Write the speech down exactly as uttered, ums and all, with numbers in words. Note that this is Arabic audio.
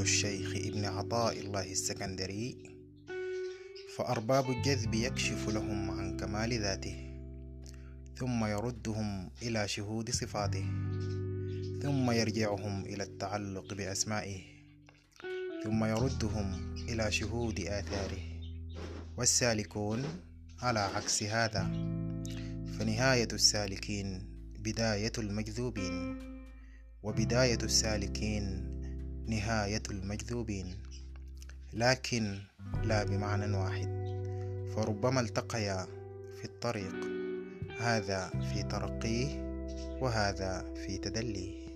الشيخ ابن عطاء الله السكندري: فأرباب الجذب يكشف لهم عن كمال ذاته، ثم يردهم إلى شهود صفاته، ثم يرجعهم إلى التعلق بأسمائه، ثم يردهم إلى شهود آثاره. والسالكون على عكس هذا، فنهاية السالكين بداية المجذوبين، وبداية السالكين نهاية المجذوبين، لكن لا بمعنى واحد، فربما التقيا في الطريق، هذا في ترقيه وهذا في تدليه.